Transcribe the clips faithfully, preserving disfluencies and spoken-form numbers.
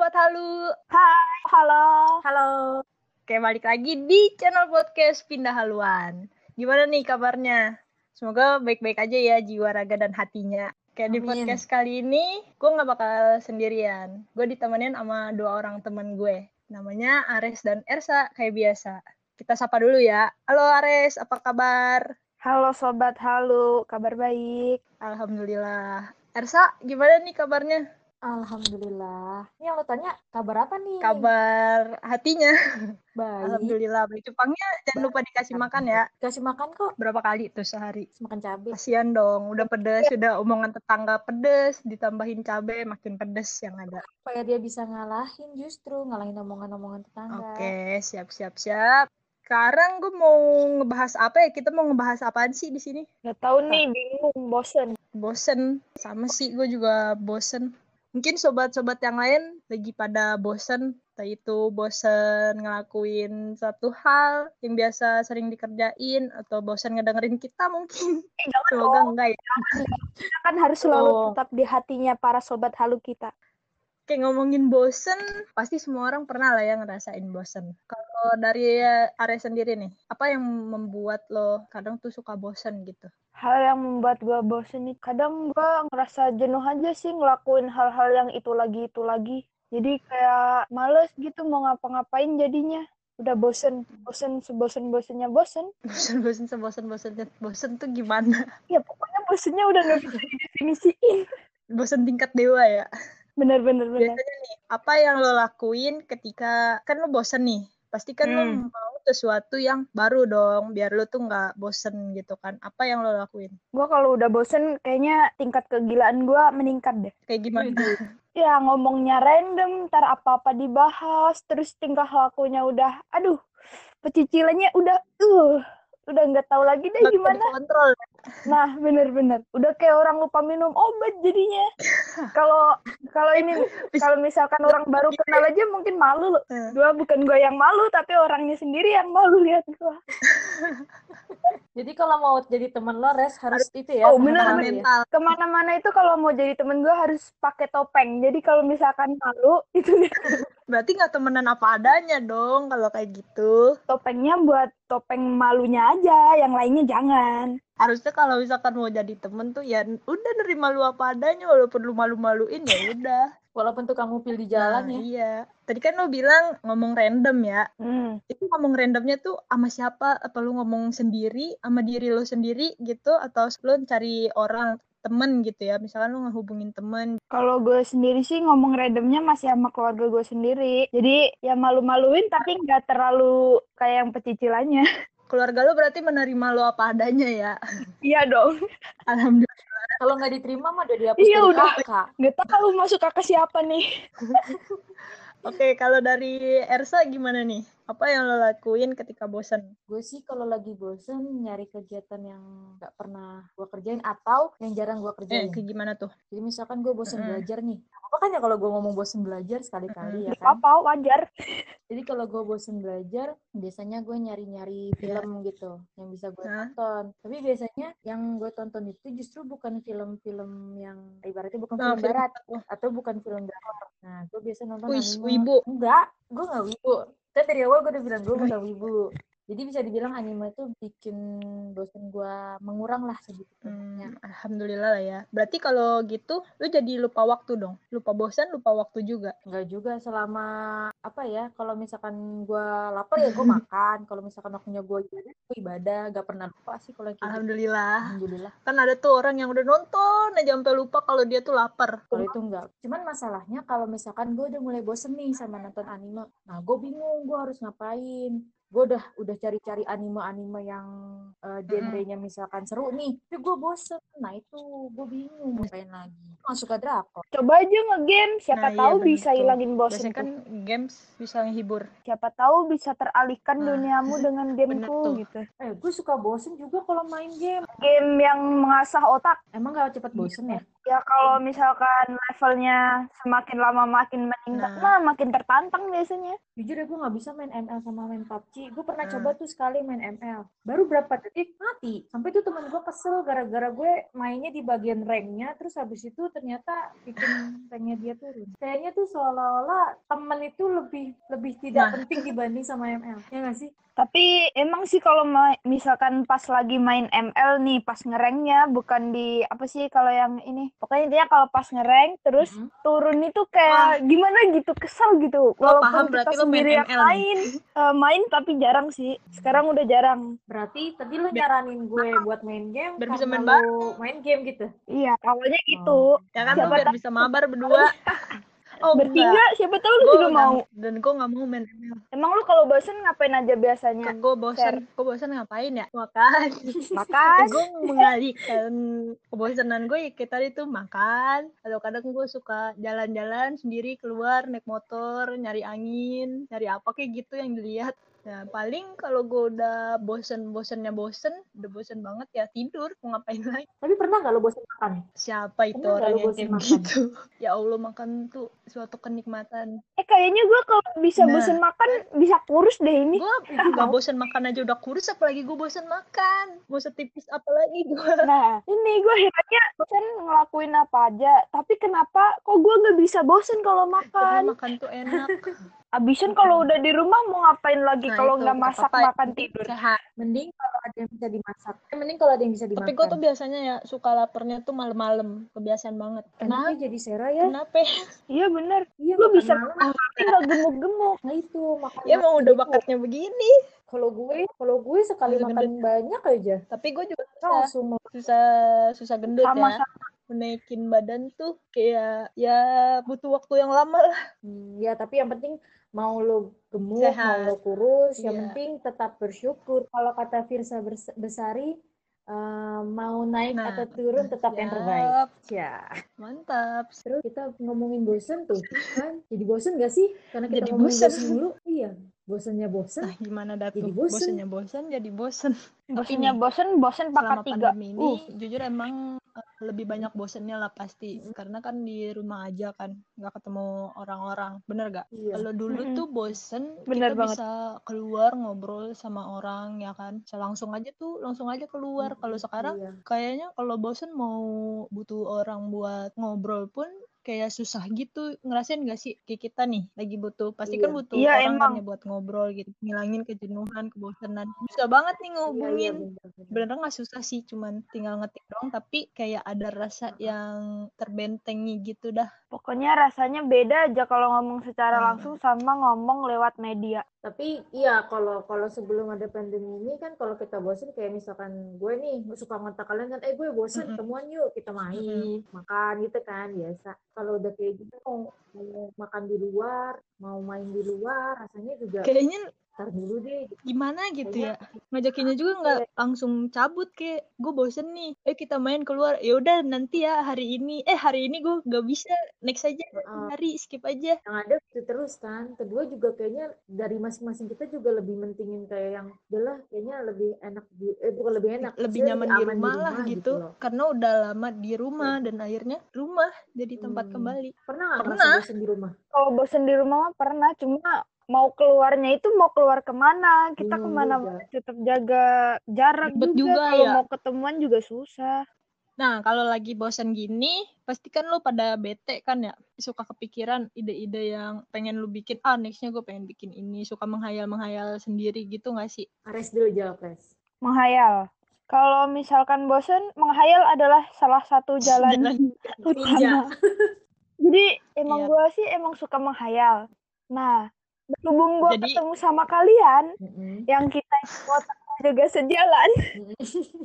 Sobat Halu. Hai, halo. Halo. Oke, balik lagi di channel podcast Pindah Haluan. Gimana nih kabarnya? Semoga baik-baik aja ya jiwa, raga, dan hatinya. Kayak di Amin. podcast kali ini, gue gak bakal sendirian. Gue ditemenin sama dua orang temen gue. Namanya Ares dan Ersa, kayak biasa. Kita sapa dulu ya. Halo Ares, apa kabar? Halo Sobat Halu, kabar baik. Alhamdulillah. Ersa, gimana nih kabarnya? Alhamdulillah. Ini yang lo tanya kabar apa nih? Kabar hatinya. Baik. Alhamdulillah. Baik. Cupangnya jangan lupa dikasih makan ya. Kasih makan kok. Berapa kali tuh sehari? Makan cabai. Kasian dong. Udah pedes, sudah omongan tetangga pedes, ditambahin cabai makin pedes yang ada. Supaya dia bisa ngalahin justru, ngalahin omongan-omongan tetangga. Oke, siap-siap-siap. Sekarang gue mau ngebahas apa ya? Kita mau ngebahas apaan sih di sini? Gak tahu nih, bingung, bosen. Bosen. Sama sih, gue juga bosen. Mungkin sobat-sobat yang lain lagi pada bosen, entah itu bosen ngelakuin satu hal yang biasa sering dikerjain, atau bosen ngedengerin kita mungkin. Eh, jangan Semoga dong. enggak ya. Kita kan harus selalu Oh. tetap di hatinya para Sobat Halu kita. Kayak ngomongin bosen, pasti semua orang pernah lah ya ngerasain bosen. Kalau dari Arya sendiri nih, apa yang membuat lo kadang tuh suka bosen gitu? Hal yang membuat gue bosen nih, kadang gue ngerasa jenuh aja sih ngelakuin hal-hal yang itu lagi, itu lagi. Jadi kayak males gitu mau ngapa-ngapain jadinya. Udah bosen, bosen, sebosen-bosennya bosen. Bosen-bosen, sebosen-bosennya bosen tuh gimana? Ya pokoknya bosennya udah gak bisa didefinisiin. Bosen tingkat dewa ya? Bener-bener. Biasanya nih, apa yang lo lakuin ketika, kan lo bosen nih, pasti kan Hmm. lo mau sesuatu yang baru dong, biar lo tuh nggak bosen gitu kan. Apa yang lo lakuin? Gue kalau udah bosen, kayaknya tingkat kegilaan gue meningkat deh. Kayak gimana? Ya ngomongnya random, ntar apa-apa dibahas, terus tingkah lakunya udah, aduh, pecicilannya udah, uh, udah nggak tahu lagi deh Nggak bisa gimana. dikontrol. Nah, bener-bener, udah kayak orang lupa minum obat jadinya. Kalau kalau ini, kalau misalkan orang baru kenal aja mungkin malu loh. Gue bukan gue yang malu, tapi orangnya sendiri yang malu lihat gue. Jadi kalau mau jadi teman lo, Res, harus itu ya. Oh, bener, mental bener. ya. Mental. Kemana-mana itu kalau mau jadi temen gue harus pakai topeng. Jadi kalau misalkan malu, itu Berarti nggak temenan apa adanya dong kalau kayak gitu. topengnya buat topeng malunya aja, yang lainnya jangan. Harusnya kalau misalkan mau jadi temen tuh ya udah nerima lu apa adanya, walaupun lu malu-maluin ya udah. Walaupun tukang ngupil di jalan Nah, ya. iya. Tadi kan lo bilang ngomong random ya. Hmm. Itu ngomong randomnya tuh sama siapa? Atau lu ngomong sendiri sama diri lo sendiri gitu? Atau lo cari orang, temen gitu ya? Misalkan lo ngehubungin temen. Kalau gue sendiri sih ngomong randomnya masih sama keluarga gue sendiri. Jadi ya malu-maluin tapi nggak terlalu kayak yang pecicilannya. Keluarga lo berarti menerima lo apa adanya ya? Iya dong. Alhamdulillah. Kalau nggak diterima mah udah dihapus Iya dari udah. kakak. Nggak tahu masuk kakak siapa nih. Oke, kalau dari Ersa gimana nih? Apa yang lo lakuin ketika bosan? Gue sih kalau lagi bosen nyari kegiatan yang nggak pernah gue kerjain atau yang jarang gue Eh, kerjain. kayak gimana tuh? Jadi misalkan gue bosen Mm-mm. belajar nih. Apa kan ya kalau gue ngomong bosen belajar sekali-kali ya Nggak kan. apa-apa, wajar. Jadi kalau gue bosen belajar, biasanya gue nyari-nyari film gitu yang bisa gue Hah? tonton. Tapi biasanya yang gue tonton itu justru bukan film-film yang ibaratnya bukan Nah, film film barat apa tuh? atau bukan film drakor. Nah, gue biasa nonton Wih, anime. wibu. Enggak, gue nggak wibu. Kan dari awal gue udah bilang gue bukan wibu. Jadi bisa dibilang anime tuh bikin bosen gue mengurang lah segitu banyaknya. Hmm, alhamdulillah lah ya. Berarti kalau gitu, lu jadi lupa waktu dong. Lupa bosan, lupa waktu juga. Enggak juga selama apa ya, kalau misalkan gue lapar ya gue makan, kalau misalkan waktunya gue ibadah, gue ibadah, gak pernah lupa sih kalau kayak gitu. Alhamdulillah. Alhamdulillah. Kan ada tuh orang yang udah nonton aja sampai lupa kalau dia tuh lapar. Kalau itu enggak. Cuman masalahnya kalau misalkan gue udah mulai bosen nih sama nonton anime, nah gue bingung gue harus ngapain. Gue udah udah cari-cari anime-anime yang uh, genrenya misalkan seru nih, tapi gue bosen. Nah itu gue bingung mau ngapain lagi. Gue suka drakor. Coba aja nge-game, siapa Nah, iya, tahu bener bisa tuh. hilangin bosen Biasanya tuh. kan games bisa menghibur. Siapa tahu bisa teralihkan Nah, duniamu dengan bener gameku tuh. gitu. Eh gue suka bosen juga kalau main game. Game yang mengasah otak. Emang gak cepet bosen ya? Ya kalau misalkan levelnya semakin lama makin meningkat, Nah. nah makin tertantang biasanya. Jujur ya gue nggak bisa main M L sama main P U B G. Gue pernah Nah. coba tuh sekali main M L. Baru berapa detik mati. Sampai tuh temen gue kesel gara-gara gue mainnya di bagian ranknya. Terus habis itu ternyata bikin ranknya dia turun. Kayaknya tuh seolah-olah temen itu lebih lebih tidak Nah. penting dibanding sama M L. Ya nggak sih? Tapi emang sih kalau ma- misalkan pas lagi main M L nih, pas ngerenknya bukan di apa sih kalau yang ini. Pokoknya intinya kalau pas ngerank terus Mm-hmm. turun itu kayak gimana gitu, kesel gitu. Lo Walaupun paham kita berarti lo main sendiri yang M L nih. main, uh, main tapi jarang sih. Sekarang udah jarang. Berarti tadi lo Biar- nyaranin gue buat main game biar bisa karena main lo main game gitu. Iya, awalnya gitu. Ya kan Siapa lo biar tahu bisa mabar berdua. Oh bertiga, enggak. siapa tahu lu Gue juga mau. dan gue nggak mau main M L. Emang lu kalau bosen ngapain aja biasanya? Gue bosan, gue bosan ngapain ya? Makan. Makan. Gue mengalihkan kebosanan gue kayak tadi tuh makan. Atau kadang gue suka jalan-jalan sendiri keluar naik motor, nyari angin, nyari apa kayak gitu yang dilihat. Nah paling kalau gue udah bosen bosennya bosen, udah bosen banget ya tidur. Mau ngapain lagi? Tapi pernah nggak lo bosan makan? Siapa itu Pernah nggak orang lo yang bosen kayak makan? begitu? Ya Allah, makan tuh suatu kenikmatan. Eh kayaknya gue kalau bisa Nah. bosen makan bisa kurus deh ini. Gue gak bosen makan aja udah kurus, apalagi gue bosen makan. Mau setipis apalagi gue. Nah, ini gue herannya bosen ngelakuin apa aja. Tapi kenapa kok gue gak bisa bosen kalau Karena makan? makan tuh enak. Abisan kalau udah di rumah mau ngapain lagi Nah, kalau itu, nggak nggak masak apa-apa. makan tidur? Sehat. Mending kalau ada yang bisa dimasak. Eh, mending kalau ada yang bisa dimakan. Tapi gue tuh biasanya ya suka laparnya tuh malam-malam. Kebiasaan banget. Kenapa Kenapa? jadi Sera ya? Kenapa? Iya bener. Iya, Lu makan bisa malam. makan tapi nggak gemuk-gemuk. Nah itu makan Ya emang malam udah gitu. bakatnya begini. Kalau gue, kalau gue sekali Susah makan gendut. banyak aja. Tapi gue juga susah, Langsung susah, susah gendut Sama ya. sama. Menaikin badan tuh kayak ya butuh waktu yang lama lah. Hmm, ya tapi yang penting mau lo gemuk, Sehat. mau lo kurus, yang Iya. penting tetap bersyukur. Kalau kata Firsa Bers- Besari, uh, mau naik Nah, atau turun tetap yang siap. terbaik. Ya. Mantap. Terus kita ngomongin bosen tuh kan? Jadi bosen gak sih? Karena kita Jadi ngomongin bosen. bosen dulu. Iya. Bosennya bosen. Nah, gimana Datu? Jadi bosen. Bosennya bosen, jadi bosen. Bosennya nih, bosen, bosen Selama pakat tiga. pandemi ini, Uh. jujur emang uh, lebih banyak bosennya lah pasti. Karena kan di rumah aja kan, nggak ketemu orang-orang. Bener gak? Iya. Kalau dulu Mm-mm. tuh bosen, Bener kita banget. bisa keluar ngobrol sama orang, ya kan? Bisa langsung aja tuh, langsung aja keluar. Kalau sekarang, Iya. kayaknya kalau bosen mau butuh orang buat ngobrol pun, kayak susah gitu. Ngerasain gak sih kayak kita nih lagi butuh, pasti kan Iya. butuh Iya, orang emang. kan ya buat ngobrol gitu, ngilangin kejenuhan, kebosanan. Susah banget nih Iya, iya, ngehubungin. bener-bener. Beneran nggak susah sih, cuman tinggal ngetik doang, tapi kayak ada rasa yang terbentengi gitu dah. Pokoknya rasanya beda aja kalau ngomong secara Hmm. langsung sama ngomong lewat media. Tapi iya kalau kalau sebelum ada pandemi ini kan kalau kita bosen kayak misalkan gue nih suka ngontak kalian kan, eh gue bosen Mm-mm. ketemuan yuk kita main makan gitu kan biasa. Kalau udah kayak gitu mau, mau makan di luar mau main di luar rasanya juga Kayaknya ntar dulu deh. gimana gitu Kayaknya ya, ngajakinnya juga nggak langsung cabut, kayak gue bosen nih, eh kita main keluar, ya udah nanti ya hari ini, eh hari ini gue nggak bisa, next aja uh, hari skip aja. yang ada itu terus kan. Kedua juga kayaknya dari masing-masing kita juga lebih mentingin kayak yang adalah kayaknya lebih enak di, eh bukan lebih enak Lebih maksudnya nyaman lebih di aman rumah lah gitu, loh. karena udah lama di rumah dan akhirnya rumah jadi tempat Hmm. kembali. Pernah nggak Pernah. ngerasa bosen di rumah? Kalau bosen di rumah mah pernah, cuma mau keluarnya itu mau keluar kemana? Kita Bingung kemana-mana juga. tetap jaga jarak Ribet juga. juga Kalau ya. mau ketemuan juga susah. Nah, kalau lagi bosan gini, pasti kan lo pada bete kan ya, suka kepikiran ide-ide yang pengen lo bikin, ah nextnya gue pengen bikin ini, suka menghayal-menghayal sendiri gitu gak sih? Ares dulu jawab, Res. Menghayal. Kalau misalkan bosen, menghayal adalah salah satu jalan, Jalan utama. Jadi emang Iya. gue sih emang suka menghayal. Nah, berhubung gue Jadi- ketemu sama kalian, Mm-mm. yang kita otak juga sejalan, Mm-mm.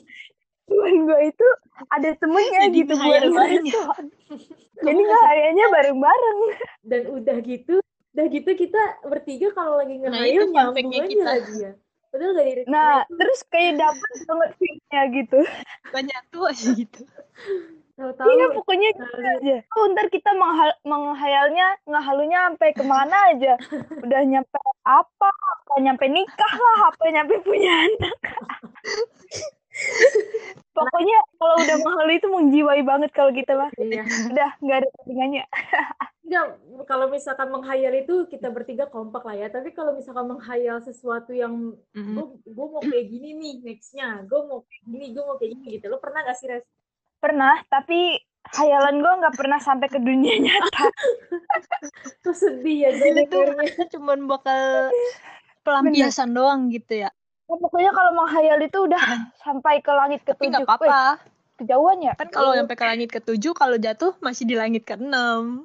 temen gue itu ada temennya Jadi gitu buat ngehayal bareng ya? ngerespon. Jadi ngehayalnya bareng-bareng. Dan udah gitu, udah gitu kita bertiga kalau lagi Nah, ngehayal itu fun nyambung fact-nya aja kita. lagi ya. Padahal gak direkam. Nah, terus kayak dapet banget feel-nya gitu. banyak tuh aja gitu. Tahu-tahu Iya, pokoknya gitu ngalir. aja. Oh, ntar kita menghal- menghayalnya, ngehalunya sampai kemana aja. Udah nyampe apa, apa nyampe nikah lah, apa nyampe punya anak. Pokoknya kalau udah mahal itu menjiwai banget kalau kita mah. Iya. Udah nggak ada tandingannya. Enggak, kalau misalkan menghayal itu kita bertiga kompak lah ya. Tapi kalau misalkan menghayal sesuatu yang Mm-mm. gue gue mau kayak gini nih nextnya, gue mau kayak gini, gue mau kayak gini gitu. Lo pernah gak sih, Res? Pernah, tapi hayalan gue nggak pernah sampai ke dunia nyata. Tuh sedih ya gue Jadi tuh dengernya. cuman bakal pelampiasan doang gitu ya. Nah, pokoknya kalau menghayal itu udah sampai ke langit Tapi nggak ketujuh. Weh, apa-apa. kejauhan ya? Kan kalau sampai ke langit ketujuh, kalau jatuh masih di langit keenam.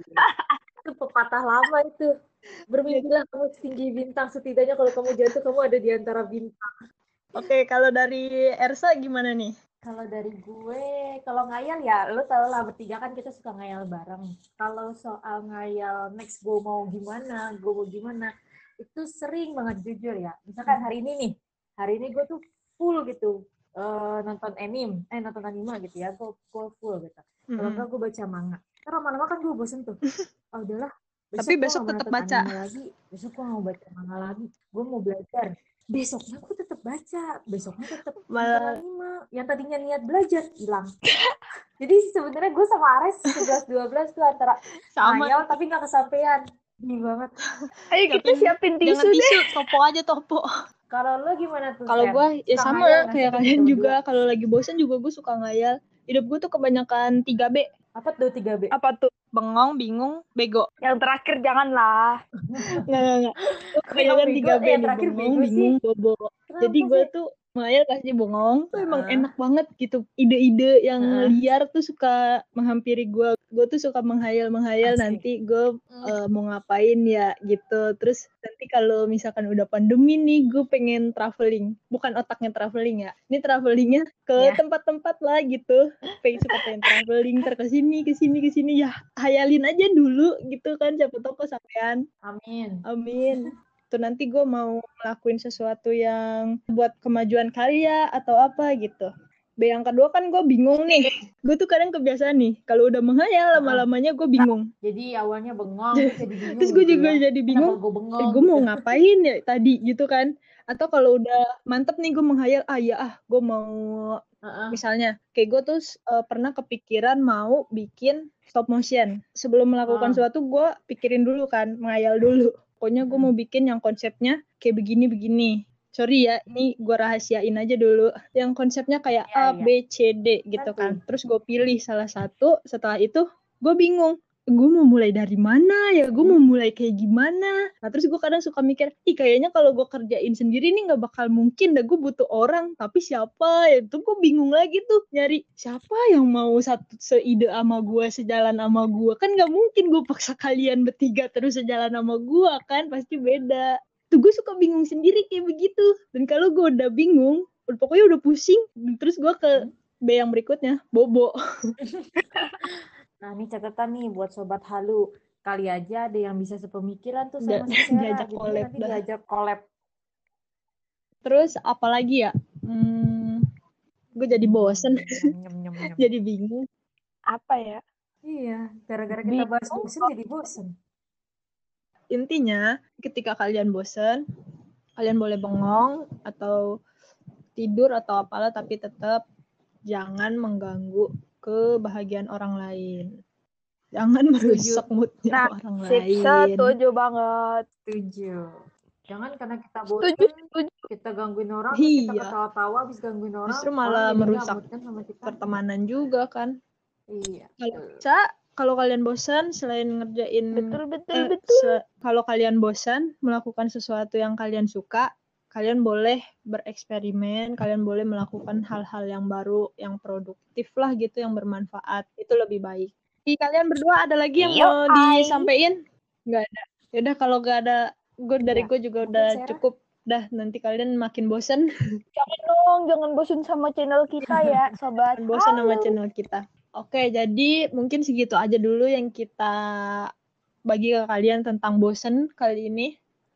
Itu pepatah lama itu. Bermimpilah kamu setinggi bintang, setidaknya kalau kamu jatuh kamu ada di antara bintang. Oke, kalau dari Ersa gimana nih? Kalau dari gue, kalau ngayal ya, lo tau lah bertiga kan kita suka ngayal bareng. Kalau soal ngayal next gue mau gimana, gue mau gimana, itu sering banget jujur ya. Misalkan hari ini nih, hari ini gue tuh full gitu eh, nonton anime, eh nonton anime gitu ya, gue, gue full gitu. Kalau Mm-mm. enggak gue baca manga. Terus lama-lama kan gue bosen tuh. Oh udahlah, Tapi besok gue besok gak mau tetap nonton baca. anime lagi, besok gue gak mau baca manga lagi, gue mau belajar. Besoknya gue tetap baca, besoknya tetap nonton Malah anime. Yang tadinya niat belajar hilang. Jadi sebenarnya gue sama Ares sebelas dua belas tuh antara sama. ngayal tapi nggak kesampaian. Gini banget. Ayo kita siapin Jangan tisu deh. tisu, topo aja topo. Kalau lo gimana tuh, Kalau Fer? gue ya Suka sama ngayal nggak sih kayak kayak kalian gitu juga. berdua? Kalau lagi bosan juga gue suka ngayal. Hidup gue tuh kebanyakan tiga B. Apa tuh tiga B? Apa tuh? Bengong, bingung, bego. Yang terakhir janganlah. Nggak, nggak, nggak. Gue Yang kebanyakan bego, tiga B eh, yang nih. terakhir Bengong, bego bingung, sih. bobo. Kenapa Jadi gue sih? tuh ngayal pasti bengong. Tuh emang Heeh. enak banget gitu. Ide-ide yang Heeh. liar tuh suka menghampiri gue. Gue tuh suka menghayal-menghayal Asik. nanti gue uh, mau ngapain ya gitu. Terus nanti kalau misalkan udah pandemi nih, gue pengen traveling. Bukan otaknya traveling ya. Ini travelingnya ke Ya. tempat-tempat lah gitu. Pengen suka pengen traveling ter kesini kesini kesini ya. Hayalin aja dulu gitu kan. Siapa tahu kesampaian. Amin. Amin. Tuh nanti gue mau ngelakuin sesuatu yang buat kemajuan karya atau apa gitu. B yang kedua kan gue bingung nih. Gue tuh kadang kebiasaan nih. Kalau udah menghayal lama-lamanya gue bingung. Jadi awalnya bengong, terus jadi bingung. Terus gue gitu juga ya. jadi bingung. Kenapa gue bengong? Eh, gue mau gitu. ngapain ya tadi gitu kan. Atau kalau udah mantep nih gue menghayal. Ah ya ah gue mau. Uh-uh. Misalnya kayak gue tuh uh, pernah kepikiran mau bikin stop motion. Sebelum melakukan Oh. sesuatu gue pikirin dulu kan. Menghayal dulu. Pokoknya gue mau bikin yang konsepnya kayak begini-begini. Sorry ya, ini gue rahasiain aja dulu. Yang konsepnya kayak Ya, A, ya. B, C, D gitu Tentu. kan. Terus gue pilih salah satu. Setelah itu gue bingung. Gue mau mulai dari mana ya? Gue mau mulai kayak gimana? Nah terus gue kadang suka mikir, ih kayaknya kalau gue kerjain sendiri nih gak bakal mungkin. Dah gue butuh orang. Tapi siapa? Ya itu gue bingung lagi tuh. Nyari siapa yang mau satu seide sama gue, sejalan sama gue. Kan gak mungkin gue paksa kalian bertiga terus sejalan sama gue kan. Pasti beda. Tuh gue suka bingung sendiri kayak begitu. Dan kalau gue udah bingung, pokoknya udah pusing. Terus gue ke B yang berikutnya, bobo. Nah, ini catatan nih buat Sobat Halu. Kali aja ada yang bisa sepemikiran tuh sama Di- si Sarah. diajak Jadi collab nanti dah. diajak collab. Terus apalagi ya? Hmm, gue jadi bosen. Nyem, nyem, nyem. Jadi bingung. Apa ya? Iya, gara-gara kita bahas bosen jadi bosen. Intinya, ketika kalian bosen, kalian boleh bengong atau tidur atau apalah, tapi tetap jangan mengganggu kebahagiaan orang lain. Jangan merusak moodnya Nah, orang sip, lain. setuju banget. Setuju. Jangan karena kita Setuju, bosen, setuju. kita gangguin orang, terus kita Iya. ketawa-tawa, habis gangguin orang, Justru orang malah jadi merusak gabut kan sama kita. pertemanan juga kan. Iya. Kalau bisa, kalau kalian bosan selain ngerjain Betul, betul, eh, betul. se- kalau kalian bosan melakukan sesuatu yang kalian suka, kalian boleh bereksperimen, kalian boleh melakukan hal-hal yang baru, yang produktif lah gitu, yang bermanfaat. Itu lebih baik. Di kalian berdua ada lagi yang Yo, mau hai. disampaikan? Nggak ada. Yaudah kalau nggak ada, gue dari Ya, gue juga mungkin udah Sarah. cukup. Dah nanti kalian makin bosan. Jangan dong, jangan bosan sama channel kita ya, sobat. Jangan bosan sama Halo. channel kita. Oke, jadi mungkin segitu aja dulu yang kita bagi ke kalian tentang bosan kali ini.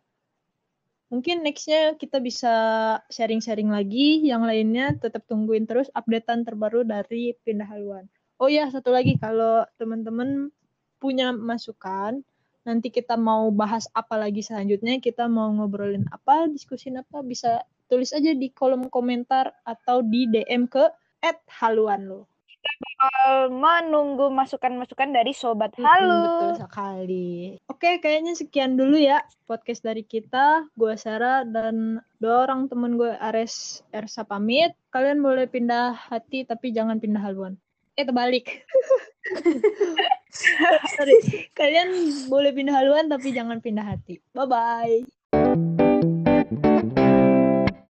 Mungkin nextnya kita bisa sharing-sharing lagi. Yang lainnya tetap tungguin terus updatean terbaru dari Pindah Haluan. Oh ya, satu lagi. Kalau teman-teman punya masukan, nanti kita mau bahas apa lagi selanjutnya, kita mau ngobrolin apa, diskusin apa, bisa tulis aja di kolom komentar atau di D M ke at haluan lo. Bakal menunggu masukan-masukan dari Sobat Mm-mm, Halu. betul sekali. Oke, kayaknya sekian dulu ya podcast dari kita. Gue Sarah dan dua orang temen gue, Ares, Ersa pamit. Kalian boleh pindah hati tapi jangan pindah haluan. Eh, terbalik. Sorry. Kalian boleh pindah haluan tapi jangan pindah hati. Bye-bye.